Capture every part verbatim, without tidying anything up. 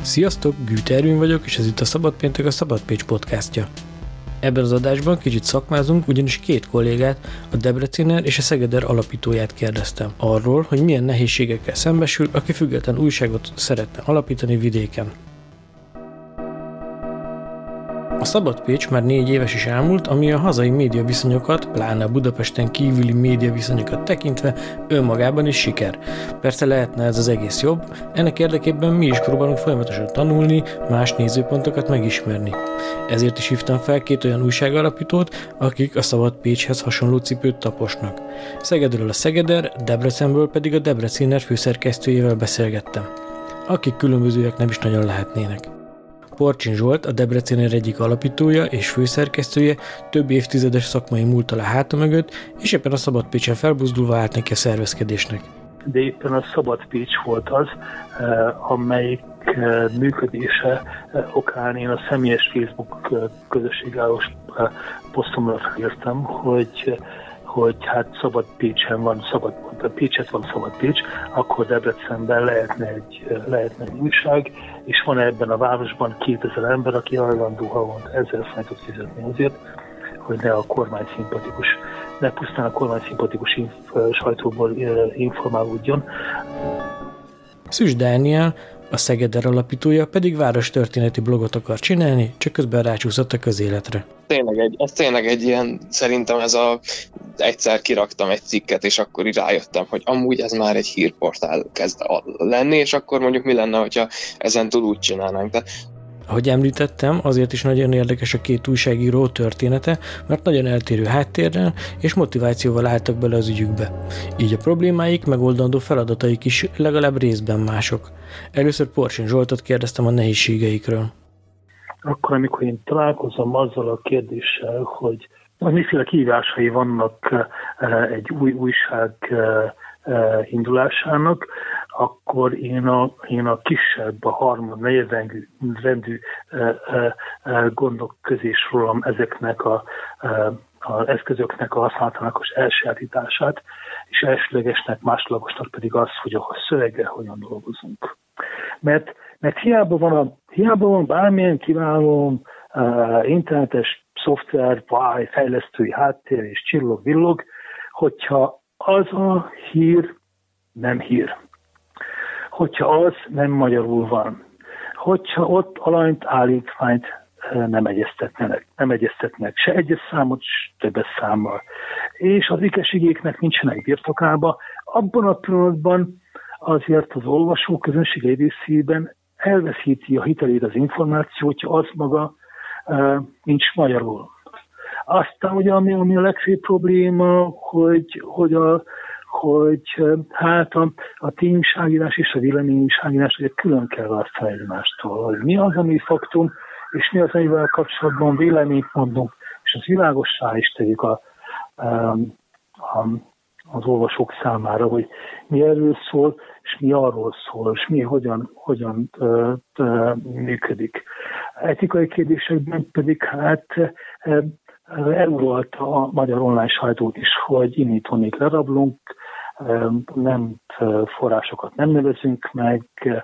Sziasztok, Güter Ervin vagyok, és ez itt a Szabad Péntek, a Szabad Pécs podcastja. Ebben az adásban kicsit szakmázunk, ugyanis két kollégát, a Debreciner és a Szegeder alapítóját kérdeztem arról, hogy milyen nehézségekkel szembesül, aki független újságot szeretne alapítani vidéken. A Szabad Pécs már négy éves is elmúlt, ami a hazai médiaviszonyokat, pláne a Budapesten kívüli médiaviszonyokat tekintve önmagában is siker. Persze lehetne ez az egész jobb, ennek érdekében mi is próbálunk folyamatosan tanulni, más nézőpontokat megismerni. Ezért is hívtam fel két olyan újságalapítót, akik a Szabad Pécshez hasonló cipőt taposnak. Szegedről a Szegeder, Debrecenből pedig a Debreciner főszerkesztőjével beszélgettem, akik különbözőek nem is nagyon lehetnének. Porcsin Zsolt, a Debreciner egyik alapítója és főszerkesztője, több évtizedes szakmai múlttal a háta mögött, és éppen a Szabad Pécsen felbuzdulva állt neki a szervezkedésnek. De éppen a Szabad Pécs volt az, amelyik működése okán én a személyes Facebook közösségállós posztomra felírtam, hogy hogy hát Szabad Pécsen van, Szabad, Pécset van Szabad Pécs, akkor Debrecenben lehetne egy, lehetne egy újság, és van ebben a városban kétezer ember, aki hajlandó havonta ezer forintot fizetni azért, hogy ne a kormány szimpatikus, ne pusztán a kormány szimpatikus inf- sajtóból informálódjon. Szűcs Dániel, a Szegeder alapítója pedig várostörténeti blogot akar csinálni, csak közben rácsúszott a közéletre. Tényleg egy, ez tényleg egy ilyen, szerintem ez a, egyszer kiraktam egy cikket, és akkor így rájöttem, hogy amúgy ez már egy hírportál kezd lenni, és akkor mondjuk mi lenne, hogyha ezen túl úgy csinálnánk. De ahogy említettem, azért is nagyon érdekes a két újságíró története, mert nagyon eltérő háttérrel és motivációval álltak bele az ügyükbe. Így a problémáik, megoldandó feladataik is legalább részben mások. Először Porcsin Zsoltot kérdeztem a nehézségeikről. Akkor, amikor én találkozom azzal a kérdéssel, hogy miféle kihívásai vannak egy új újság indulásának, akkor én a, én a kisebb, a harmad, negyedrendű rendű gondok közé sorolom ezeknek a, az eszközöknek a használatának elsajátítását, és elsőlegesnek, másodlagosnak pedig az, hogy a szöveggel hogyan dolgozunk. Mert, mert hiába van, a, hiába van bármilyen kiváló uh, internetes szoftver, vagy fejlesztői háttér és csillog-villog, hogyha az a hír nem hír, hogyha az nem magyarul van, hogyha ott alanyt, állítványt nem egyeztetnek, nem egyeztetnek se egyes számot, se többes számmal, és az ikesigéknek nincsenek birtokába, abban a pillanatban azért az olvasó közönség egy részében elveszíti a hitelét az információ, hogyha az maga uh, nincs magyarul. Aztán ugye, ami, ami a legfőbb probléma, hogy, hogy, a, hogy hát a, a tényújságírás és a véleményújságírás ugye külön kell választani egymástól, hogy mi az, ami faktum, és mi az, amivel kapcsolatban véleményt mondunk, és az világossá is tegyük a, a, a, az olvasók számára, hogy mi erről szól, és mi arról szól, és mi hogyan, hogyan ö, ö, működik. Etikai kérdésekben pedig hát ö, eluralta a magyar online sajtót is, hogy innét-onnék lerablunk, nem forrásokat nem nevezünk meg,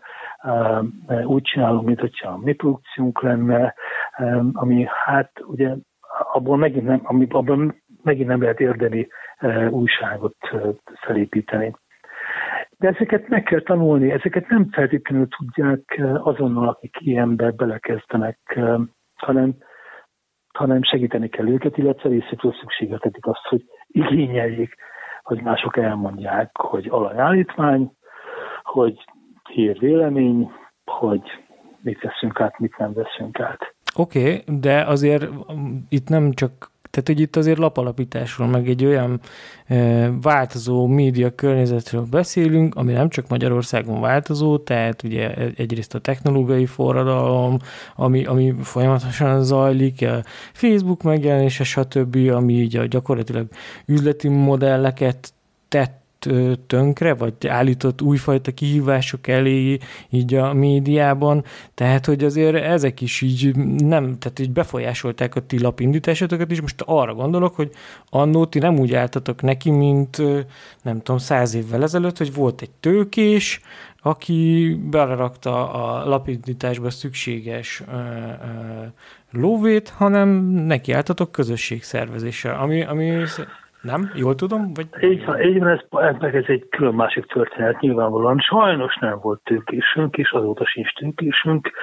úgy csinálunk, mint hogyha a mi produkciónk lenne, ami hát ugye abból megint nem, abban megint nem lehet érdemi újságot felépíteni. De ezeket meg kell tanulni, ezeket nem feltétlenül tudják azonnal, akik ilyenbe belekezdenek, hanem hanem segíteni kell őket, illetve részétől szükségeltetik azt, hogy igényeljék, hogy mások elmondják, hogy alanyállítmány, hogy hírvélemény, hogy mit veszünk át, mit nem veszünk át. Oké, okay, de azért itt nem csak, tehát hogy itt azért lapalapításról, meg egy olyan e, változó média környezetről beszélünk, ami nem csak Magyarországon változó, tehát ugye egyrészt a technológiai forradalom, ami, ami folyamatosan zajlik, a Facebook megjelenése, stb., ami így a gyakorlatilag üzleti modelleket tett tönkre, vagy állított újfajta kihívások elé így a médiában, tehát, hogy azért ezek is így nem, tehát így befolyásolták a ti lapindításotokat is. Most arra gondolok, hogy annó ti nem úgy álltatok neki, mint nem tudom, száz évvel ezelőtt, hogy volt egy tőkés, aki belerakta a lapításba szükséges ö, ö, lóvét, hanem nekiálltatok közösségszervezéssel, ami, ami nem? Jól tudom? Vagy... Így van, így van, ez, ez egy külön másik történet nyilvánvalóan. Sajnos nem volt tőkésünk, és azóta sincs tőkésünk,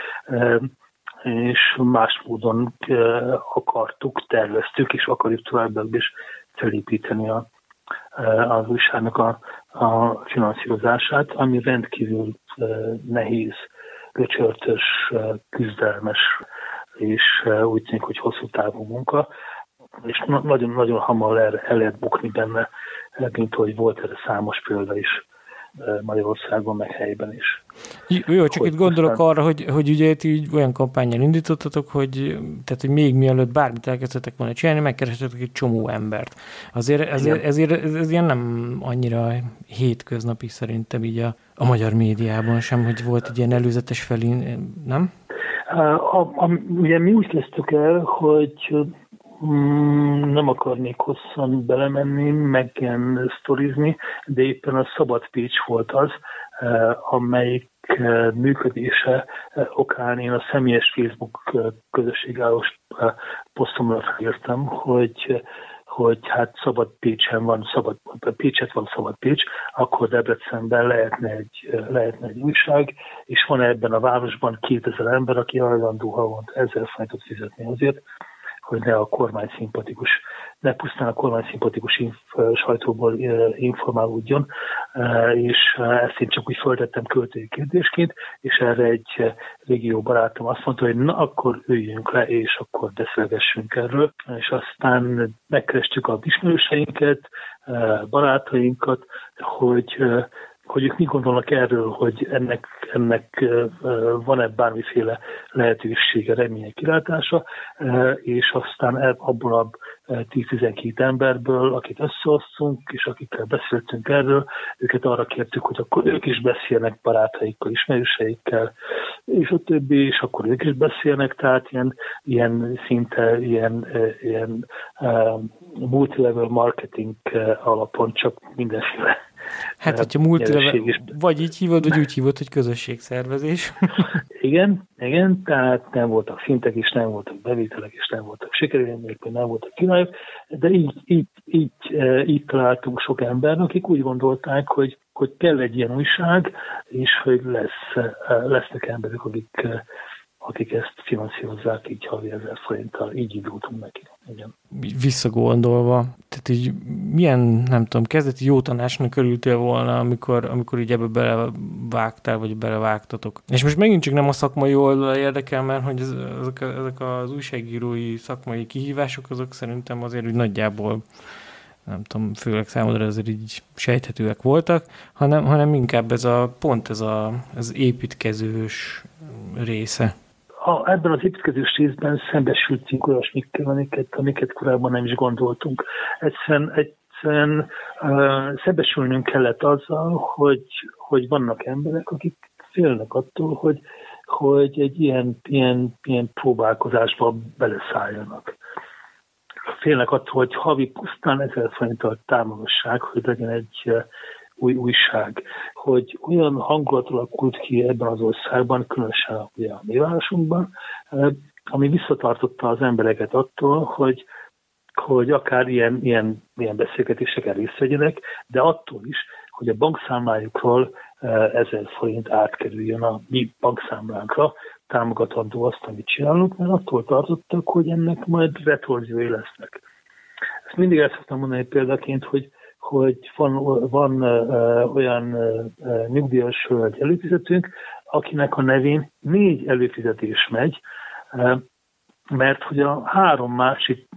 és más módon akartuk, terveztük, és akarjuk tovább is felépíteni a, az újságnak a, a finanszírozását, ami rendkívül nehéz, göcsörtös, küzdelmes, és úgy tűnik, hogy hosszú távú munka, és nagyon-nagyon hamar el, el lehet bukni benne, mint hogy volt erre számos példa is Magyarországon, meg helyben is. Jó, csak hogy itt gondolok aztán... arra, hogy, hogy ugye így olyan kampánnyal indítottatok, hogy, tehát, hogy még mielőtt bármit elkezdtetek volna csinálni, megkerestetek egy csomó embert. Azért ezért, ezért ez, ez ilyen nem annyira hétköznapi szerintem így a, a magyar médiában sem, hogy volt egy ilyen előzetes felé, nem? A, a, ugye mi úgy kezdtük el, hogy mm, nem akarnék hosszan belemenni, meg ilyen sztorizni, de éppen a Szabad Pécs volt az, amelyik működése okán én a személyes Facebook közösségállós posztomra felírtam, hogy hogy hát Szabad Pécsen van, szabad, Pécset van Szabad Pécs, akkor Debrecenben lehetne egy, lehetne egy újság, és van ebben a városban kétezer ember, aki hajlandó havonta ezer forintot fizetni azért, hogy ne a kormány szimpatikus, ne pusztán a kormány szimpatikus inf- sajtóból informálódjon, és ezt én csak úgy föltettem költői kérdésként, és erre egy régió barátom azt mondta, hogy na akkor üljünk le, és akkor beszélgessünk erről, és aztán megkerestük a ismerőseinket, barátainkat, hogy hogy ők mit gondolnak erről, hogy ennek, ennek van-e bármiféle lehetősége, reménye, kilátása, és aztán abból a tíz-tizenkét emberből, akit összehoztunk, és akikkel beszéltünk erről, őket arra kértük, hogy akkor ők is beszélnek barátaikkal, ismerőseikkel, és a többi, és akkor ők is beszélnek, tehát ilyen, ilyen szinte ilyen, ilyen multilevel marketing alapon csak mindenféle. Hát, hogyha multilevel, vagy így hívod, vagy úgy hívod, hogy közösségszervezés. Igen, igen, tehát nem voltak szintek, és nem voltak bevételek, és nem voltak sikerélmények, nem voltak királyok, de így, így, így, így találtunk sok embert, akik úgy gondolták, hogy, hogy kell egy ilyen újság, és hogy lesz, lesznek emberek, akik, akik ezt finanszírozzák így havi ezer forinttal, így indultunk neki. Igen. Visszagondolva, tehát így milyen, nem tudom, kezdeti jó tanácsnak örültél volna, amikor, amikor így ebbe belevágtál, vagy belevágtatok. És most megint csak nem a szakmai oldal érdekel, mert hogy ez, ezek, ezek az újságírói szakmai kihívások, azok szerintem azért úgy nagyjából, nem tudom, főleg számodra azért így sejthetőek voltak, hanem, hanem inkább ez a pont ez a, az építkezős része. A, ebben az építkezős részben szembesültünk olyasmikkel, amiket, amiket korábban nem is gondoltunk. Egyszerűen, egyszerűen uh, szembesülnünk kellett azzal, hogy, hogy vannak emberek, akik félnek attól, hogy, hogy egy ilyen, ilyen, ilyen próbálkozásba beleszálljanak. Félnek attól, hogy havi pusztán ezer forinttal támogassák, hogy legyen egy uh, új újság, hogy olyan hangulat alakult ki ebben az országban, különösen ugye a mi városunkban, ami visszatartotta az embereket attól, hogy, hogy akár ilyen, ilyen, ilyen beszélgetéseken részt vegyenek, de attól is, hogy a bankszámlájukról ezer forint átkerüljön a mi bankszámlánkra, támogatandó azt, amit csinálunk, mert attól tartottak, hogy ennek majd retorziói lesznek. Ezt mindig el szoktam mondani példaként, hogy hogy van, van uh, olyan uh, nyugdíjas hölgy előfizetőnk, akinek a nevén négy előfizetés megy, uh, mert hogy a három másik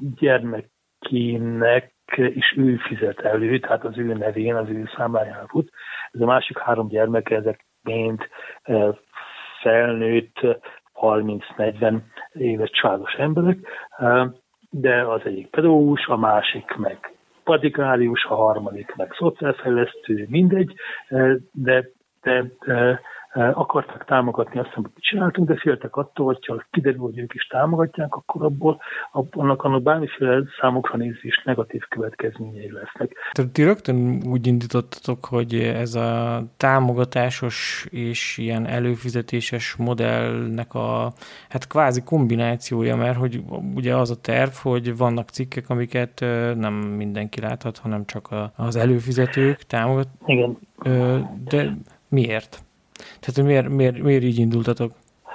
gyermekének is ő fizet elő, tehát az ő nevén, az ő számláján fut. Ez a másik három gyermeke, ezek mind uh, felnőtt, harminc-negyven éves családos emberek, uh, de az egyik pedagógus, a másik meg padikárius, a harmadik meg szociálfejlesztő, mindegy, de, de, de akarták támogatni azt, amit csináltunk, de féltek attól, hogyha kiderül, hogy ők is támogatják, akkor abból, annak, annak bármiféle számokra nézés negatív következményei lesznek. Tehát ti rögtön úgy indítottatok, hogy ez a támogatásos és ilyen előfizetéses modellnek a hát kvázi kombinációja, mert hogy ugye az a terv, hogy vannak cikkek, amiket nem mindenki láthat, hanem csak az előfizetők támogat. Igen. De miért? Tehát miért, miért, miért így indultatok?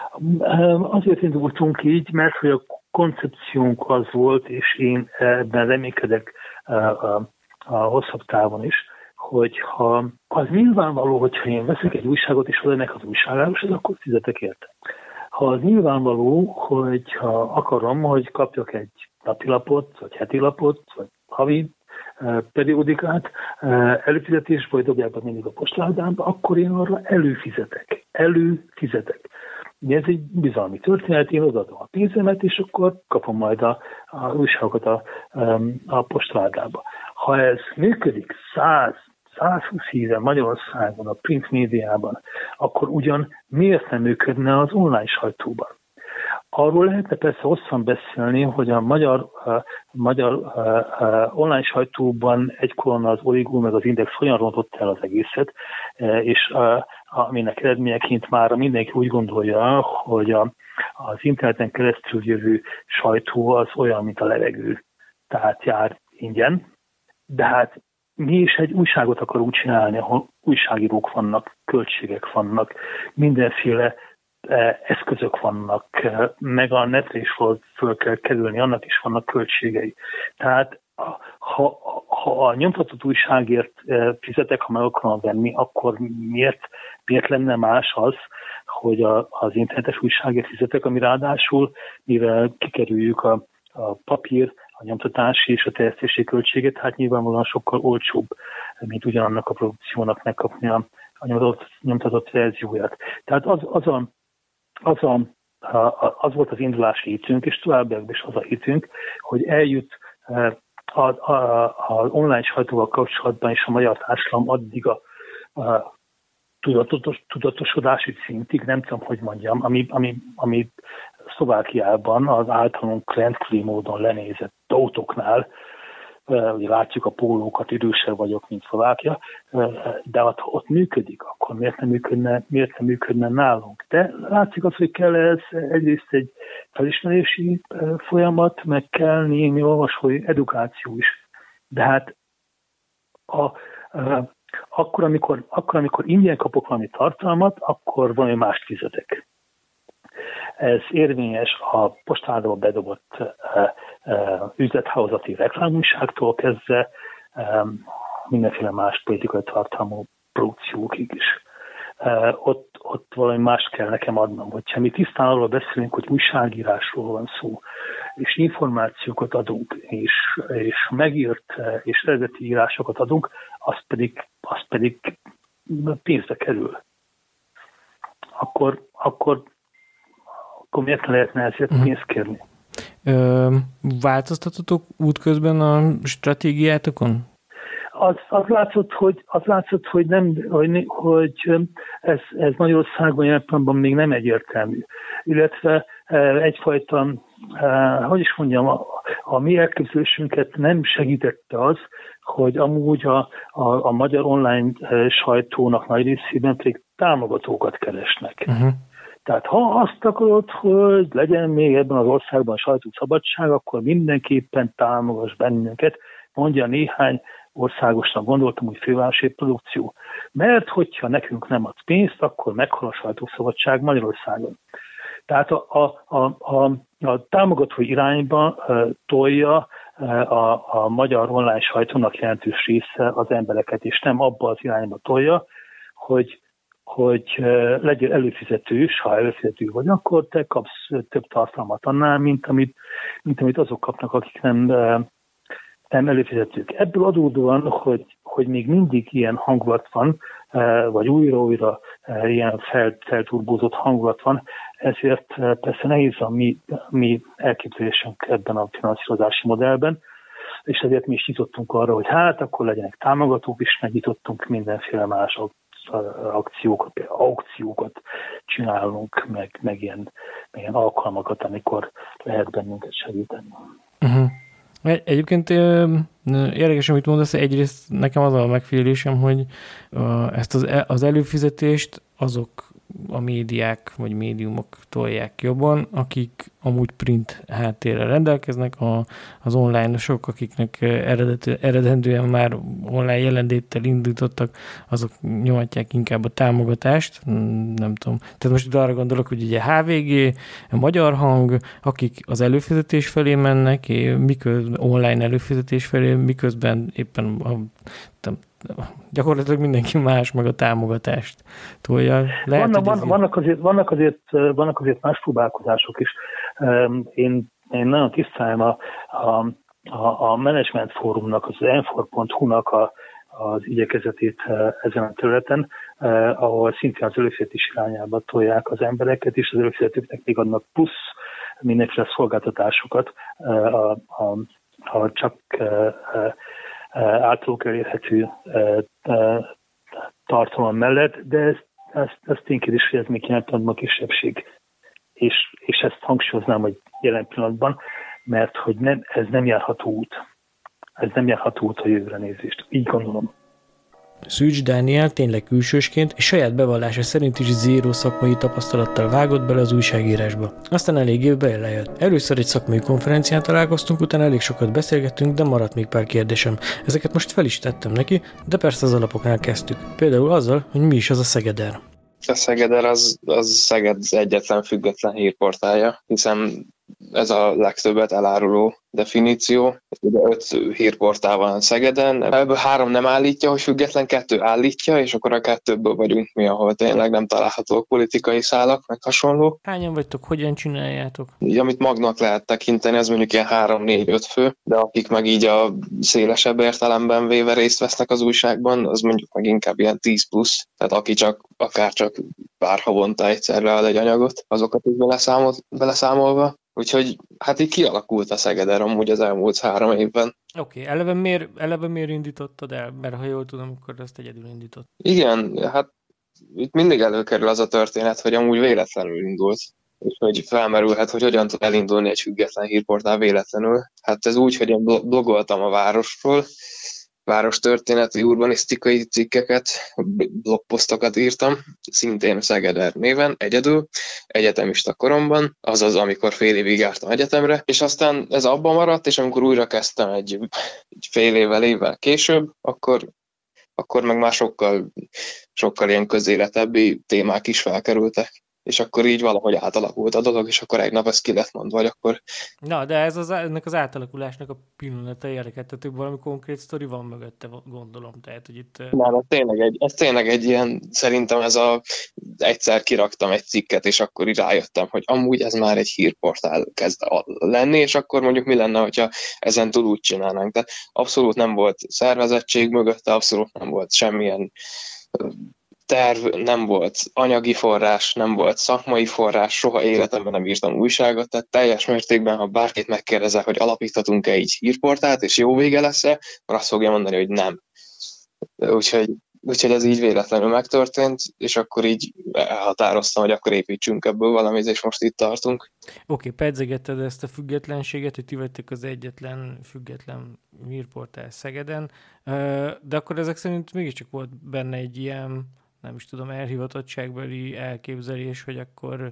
Azért indultunk így, mert hogy a koncepciónk az volt, és én ebben reménykedek a, a, a hosszabb távon is, hogyha az nyilvánvaló, hogyha én veszek egy újságot, és odaennek az újságárus, akkor fizetek érte. Ha az nyilvánvaló, hogyha akarom, hogy kapjak egy napilapot, vagy hetilapot, vagy havi periódikát, előfizetésbe, vagy dobják be mindig a postládámba, akkor én arra előfizetek. Előfizetek. Ez egy bizalmi történet, én odaadom a pénzemet, és akkor kapom majd a, a újságokat a, a postládába. Ha ez működik száz százhúsz híven Magyarországon, a print médiában, akkor ugyan miért nem működne az online sajtóban? Arról lehetne persze hosszan beszélni, hogy a magyar, uh, magyar uh, uh, online sajtóban egykor az Origo meg az Index olyan rontott el az egészet, uh, és uh, aminek eredményeként már mindenki úgy gondolja, hogy a, az interneten keresztül jövő sajtó az olyan, mint a levegő, tehát jár ingyen, de hát mi is egy újságot akarunk csinálni, ahol újságírók vannak, költségek vannak, mindenféle eszközök vannak, meg a netre is föl kell kerülni, annak is vannak költségei. Tehát ha, ha a nyomtatott újságért fizetek, ha meg akarom venni, akkor miért, miért lenne más az, hogy a, az internetes újságért fizetek, ami ráadásul, mivel kikerüljük a, a papír, a nyomtatási és a terjesztési költséget, hát nyilvánvalóan sokkal olcsóbb, mint ugyanannak a produkciónak megkapni a, a nyomtatott, nyomtatott verzióját. Tehát az, az, a, az, a, az volt az indulási hitünk, és továbbiakban is az a hitünk, hogy eljut az online sajtóval kapcsolatban és a magyar társadalom addig a, a tudatos, tudatosodási szintig, nem tudom, hogy mondjam, ami, ami, ami Szlovákiában az általunk rendkívüli módon lenézett autóknál, ugye látjuk a pólókat, idősebb vagyok, mint Szlovákia, de ott, ott működik, akkor miért nem működne, miért nem működne nálunk? De látszik az, hogy kell ez egyrészt egy felismerési folyamat, meg kell némi olvasói edukáció is. De hát a, a, akkor, amikor, akkor, amikor ingyen kapok valami tartalmat, akkor valami mást fizetek. Ez érvényes a postáról bedobott e, e, üzlethálózati reklámújságtól kezdve e, mindenféle más politikai tartalmú produkciókig is. E, ott, ott valami mást kell nekem adnom. Hogyha mi tisztán arról beszélünk, hogy újságírásról van szó, és információkat adunk, és, és megírt és eredeti írásokat adunk, az pedig, az pedig pénzbe kerül. Akkor, akkor akkor miért lehetne ezért pénzt kérni? Ö, változtatotok útközben a stratégiátokon? Az, az, látszott, hogy, az látszott, hogy, nem, hogy, hogy ez, ez Magyarországon jelen még nem egyértelmű. Illetve egyfajta, hogy is mondjam, a, a mi elképzelésünket nem segítette az, hogy amúgy a, a, a magyar online sajtónak nagy részében pedig támogatókat keresnek. Uh-huh. Tehát ha azt akarod, hogy legyen még ebben az országban sajtószabadság, akkor mindenképpen támogass bennünket, mondja néhány országosnak gondoltam, hogy fővárosi produkció. Mert hogyha nekünk nem adsz pénzt, akkor meghal a sajtószabadság Magyarországon. Tehát a, a, a, a, a támogató irányba uh, tolja uh, a, a magyar online sajtónak jelentős része az embereket, és nem abba az irányba tolja, hogy hogy legyél előfizetős, ha előfizető vagy, akkor te kapsz több tartalmat annál, mint amit, mint amit azok kapnak, akik nem, nem előfizetők. Ebből adódóan, hogy, hogy még mindig ilyen hangulat van, vagy újra-újra ilyen fel, felturbózott hangulat van, ezért persze nehéz a mi, mi elképzelésünk ebben a finanszírozási modellben, és ezért mi is nyitottunk arra, hogy hát akkor legyenek támogatók is, megnyitottunk mindenféle más akciókat, aukciókat csinálunk, meg, meg, ilyen, meg ilyen alkalmakat, amikor lehet bennünket segíteni. Uh-huh. Egyébként érdekes, amit mondasz, egyrészt nekem az a megfigyelésem, hogy ezt az, az előfizetést azok a médiák vagy médiumok tolják jobban, akik amúgy print háttérrel rendelkeznek, a, az online-osok, akiknek eredet, eredendően már online jelenléttel indítottak, azok nyomatják inkább a támogatást, nem tudom. Tehát most arra gondolok, hogy ugye há vé gé, Magyar Hang, akik az előfizetés felé mennek, miközben online előfizetés felé, miközben éppen a, nem, gyakorlatilag mindenki más meg a támogatást tolja. Lehet, vannak, van, vannak, azért, vannak, azért, vannak azért más próbálkozások is. Én, én nagyon tisztelem a, a, a, a Management Fórumnak, az enfor pont hu-nak a, az igyekezetét ezen a területen, ahol szintén az előfizetés irányába tolják az embereket, és az előfizetőknek még adnak plusz mindenféle szolgáltatásokat, a, a, a csak általuk elérhető tartalom mellett, de ez, ez, ez ténykedés, hogy ez még jelen pillanatban a kisebbség. És, és ezt hangsúlyoznám, hogy jelen pillanatban, mert hogy nem, ez nem járható út. Ez nem járható út a jövőre nézést. Így gondolom. Szűcs Dániel tényleg külsősként és saját bevallása szerint is zéró szakmai tapasztalattal vágott bele az újságírásba. Aztán eléggé belejött. Először egy szakmai konferencián találkoztunk, utána elég sokat beszélgettünk, de maradt még pár kérdésem. Ezeket most fel is tettem neki, de persze az alapoknál kezdtük. Például azzal, hogy mi is az a Szegeder. A Szegeder az, az Szeged egyetlen független hírportálja, hiszen ez a legtöbbet eláruló definíció. Ugye öt hírportál van Szegeden, ebből három nem állítja, hogy független, kettő állítja, és akkor a kettőből vagyunk mi, ahol tényleg nem találhatók politikai szálak, meg hasonló. Hányan vagytok, hogyan csináljátok? Így, amit magnak lehet tekinteni, az mondjuk ilyen három négy öt fő, de akik meg így a szélesebb értelemben véve részt vesznek az újságban, az mondjuk meg inkább ilyen tíz plusz, tehát aki csak, akár csak pár havonta egyszerre ad egy anyagot, azokat is beleszámol, beleszámolva. Úgyhogy hát így kialakult a Szegeder amúgy az elmúlt három évben. Oké, okay. eleve, miért, eleve miért indítottad el? Mert ha jól tudom, akkor ezt egyedül indított. Igen, hát itt mindig előkerül az a történet, hogy amúgy véletlenül indult. És hogy felmerülhet, hogy hogyan tud elindulni egy független hírportál véletlenül. Hát ez úgy, hogy én blogoltam a városról, várostörténeti, urbanisztikai cikkeket, blogposztokat írtam, szintén Szegeder néven, egyedül, egyetemista koromban, azaz amikor fél évig jártam egyetemre, és aztán ez abban maradt, és amikor újra kezdtem egy, egy fél évvel, évvel később, akkor, akkor meg már sokkal, sokkal ilyen közéletebbi témák is felkerültek. És akkor így valahogy átalakult a dolog, és akkor egy nap ez ki lett mondva, vagy akkor... Na, de ez az, ennek az átalakulásnak a pillanata érdekeltető, valami konkrét sztori van mögötte, gondolom. Tehát, hogy itt... Nem, ez tényleg, egy, ez tényleg egy ilyen, szerintem ez a... Egyszer kiraktam egy cikket, és akkor így rájöttem, hogy amúgy ez már egy hírportál kezd lenni, és akkor mondjuk mi lenne, hogyha ezen túl úgy csinálnánk. Tehát abszolút nem volt szervezettség mögötte, abszolút nem volt semmilyen... terv, nem volt anyagi forrás, nem volt szakmai forrás, soha életemben nem írtam újságot, tehát teljes mértékben, ha bárkit megkérdezel, hogy alapíthatunk-e egy hírportált, és jó vége lesz-e, akkor azt fogja mondani, hogy nem. Úgyhogy, úgyhogy ez így véletlenül megtörtént, és akkor így elhatároztam, hogy akkor építsünk ebből valamit, és most itt tartunk. Oké, okay, pedzegetted ezt a függetlenséget, hogy ti vagytok az egyetlen független hírportál Szegeden, de akkor ezek szerint mégiscsak volt benne egy ilyen, nem is tudom, elhivatottságbeli elképzelés, hogy akkor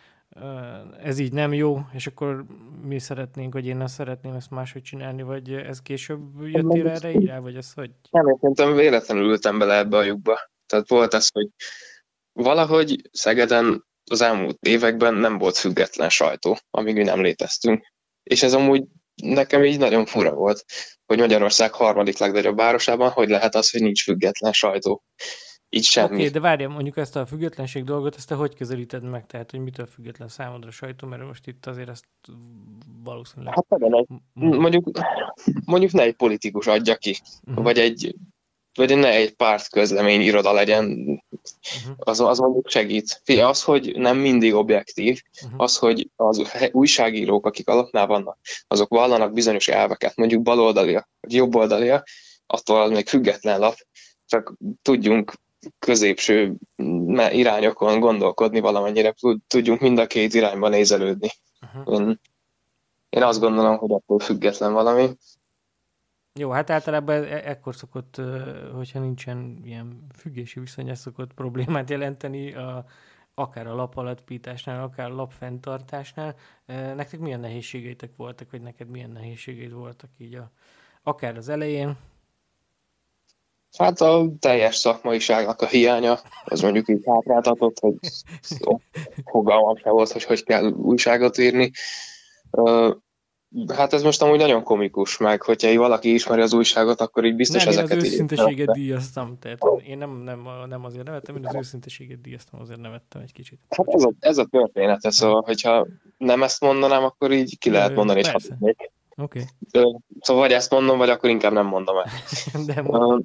ez így nem jó, és akkor mi szeretnénk, vagy én nem szeretném ezt máshogy csinálni, vagy ez később jöttél erre így rá, vagy ez hogy? Nem, én szerintem véletlenül ültem bele ebbe a lyukba. Tehát volt ez, hogy valahogy Szegeden az elmúlt években nem volt független sajtó, amíg mi nem léteztünk. És ez amúgy nekem így nagyon fura volt, hogy Magyarország harmadik legnagyobb városában hogy lehet az, hogy nincs független sajtó. Így semmi. Oké, okay, de várjál, mondjuk ezt a függetlenség dolgot, ezt te hogy közelíted meg? Tehát, hogy mitől független számodra a sajtó, mert most itt azért ezt valószínűleg... Hát nem, egy, mondjuk, mondjuk ne egy politikus adja ki, uh-huh. vagy egy vagy ne egy párt közlemény iroda legyen, uh-huh. az, az mondjuk segít. Fia, az, hogy nem mindig objektív, uh-huh. az, hogy az újságírók, akik alapnál vannak, azok vallanak bizonyos elveket, mondjuk baloldaliak, vagy jobboldaliak, attól az még független lap, csak tudjunk középső irányokon gondolkodni valamennyire, tudjunk mind a két irányba nézelődni. Uh-huh. Én, én azt gondolom, hogy attól független valami. Jó, hát általában e- ekkor szokott, hogyha nincsen ilyen függési viszony, ez szokott problémát jelenteni, a, akár a lapalapításnál, akár a lapfenntartásnál. Nektek milyen nehézségeitek voltak, vagy neked milyen nehézségeid voltak így a, akár az elején? Hát a teljes szakmaiságnak a hiánya, az mondjuk így hátráltatott, hogy fogalmam sem volt, hogy hogy kell újságot írni. Hát ez most amúgy nagyon komikus, meg hogyha valaki ismeri az újságot, akkor így biztos nem, ezeket így... Nem, én az őszinteséget díjaztam, tehát én nem, nem, nem azért nevettem, én az őszinteséget díjaztam, azért nevettem egy kicsit. Hát ez a, ez a története, szóval, hogyha nem ezt mondanám, akkor így ki lehet mondani, és hazudnék. Oké. Okay. Szóval vagy ezt mondom, vagy akkor inkább nem mondom el. De mondom.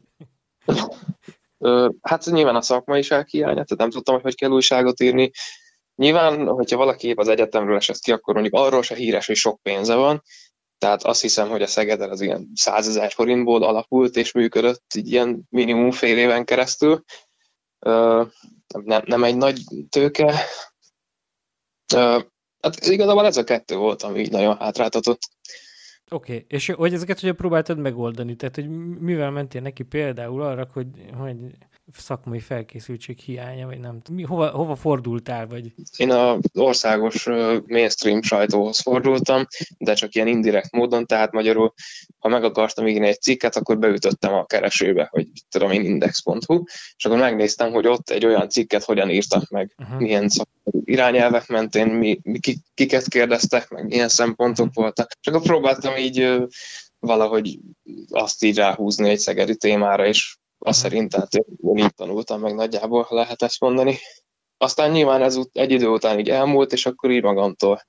Hát nyilván a szakmaiság hiánya, tehát nem tudtam, hogy hogy kell újságot írni. Nyilván, hogyha valaki épp az egyetemről esett ki, akkor mondjuk arról se híres, hogy sok pénze van. Tehát azt hiszem, hogy a Szegeden az ilyen százezer forintból alapult és működött így ilyen minimum fél éven keresztül. Nem, nem egy nagy tőke. Hát igazából ez a kettő volt, ami így nagyon hátráltatott. Oké, okay. És hogy ezeket ugye próbáltad megoldani? Tehát, hogy mivel mentél neki például arra, hogy, hogy szakmai felkészültség hiánya, vagy nem tudom, hova, hova fordultál? Vagy? Én az országos mainstream sajtóhoz fordultam, de csak ilyen indirekt módon, tehát magyarul, ha meg akartam írni egy cikket, akkor beütöttem a keresőbe, hogy tudom én index pont hu, és akkor megnéztem, hogy ott egy olyan cikket hogyan írtak meg, uh-huh. milyen szakmai irányelvek mentén, mi, mi, kiket kérdeztek, meg milyen szempontok uh-huh. voltak. És akkor próbáltam így valahogy azt így ráhúzni egy szegedi témára, és azt szerint, tehát én így tanultam meg nagyjából, ha lehet ezt mondani. Aztán nyilván ez egy idő után így elmúlt, és akkor így magamtól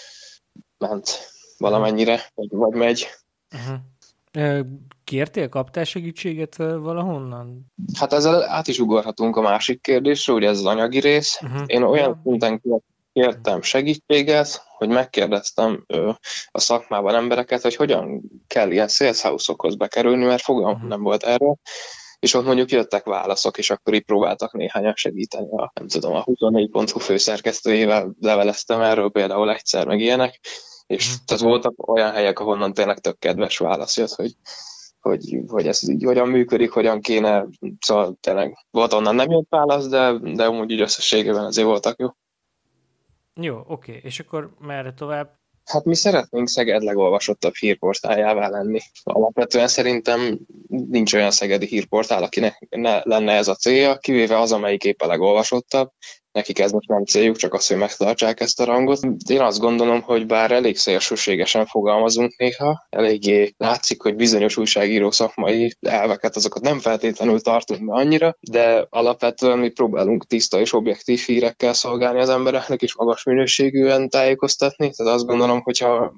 ment valamennyire, vagy, vagy megy. Uh-huh. Kértél, kaptál segítséget valahonnan? Hát ezzel át is ugorhatunk a másik kérdésre, ugye ez az anyagi rész. Uh-huh. Én olyan szinten kértem segítséget, hogy megkérdeztem ö, a szakmában embereket, hogy hogyan kell ilyen sales house-okhoz bekerülni, mert fogalmam uh-huh. nem volt erről. És ott mondjuk jöttek válaszok, és akkor így próbáltak néhányan segíteni. A, nem tudom, a huszonnégy pont hu főszerkesztőjével leveleztem erről például egyszer, meg ilyenek. És mm. tehát voltak olyan helyek, ahonnan tényleg tök kedves válasz jött, hogy, hogy, hogy ez így hogyan működik, hogyan kéne. Szóval tényleg volt onnan nem jött válasz, de, de úgy így összességében azért voltak jó. Jó, oké. És akkor merre tovább? Hát mi szeretnénk Szeged legolvasottabb hírportáljává lenni. Alapvetően szerintem nincs olyan szegedi hírportál, akinek ne lenne ez a célja, kivéve az, amelyik épp a legolvasottabb. Nekik ez most nem céljuk, csak az, hogy megtartsák ezt a rangot. Én azt gondolom, hogy bár elég szélsőségesen fogalmazunk néha, eléggé látszik, hogy bizonyos újságíró szakmai elveket, azokat nem feltétlenül tartunk be annyira, de alapvetően mi próbálunk tiszta és objektív hírekkel szolgálni az embereknek, és magas minőségűen tájékoztatni. Tehát azt gondolom, hogyha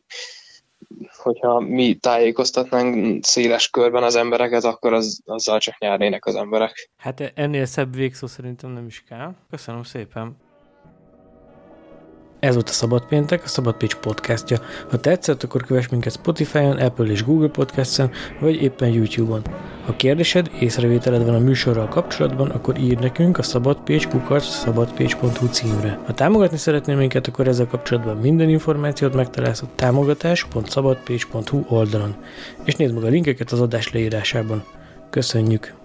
hogyha mi tájékoztatnánk széles körben az embereket, akkor az, azzal csak nyernének az emberek. Hát ennél szebb végszó szerintem nem is kell. Köszönöm szépen. Ez volt a Szabad Péntek, a Szabad Pécs podcastja. Ha tetszett, akkor kövess minket Spotify-on, Apple és Google Podcast-en, vagy éppen YouTube-on. Ha kérdésed, észrevételed van a műsorral kapcsolatban, akkor írd nekünk a szabadpécs kukac szabadpécs pont hu címre. Ha támogatni szeretnél minket, akkor ezzel kapcsolatban minden információt megtalálsz a támogatás pont szabadpécs pont hu oldalon. És nézd meg a linkeket az adás leírásában. Köszönjük!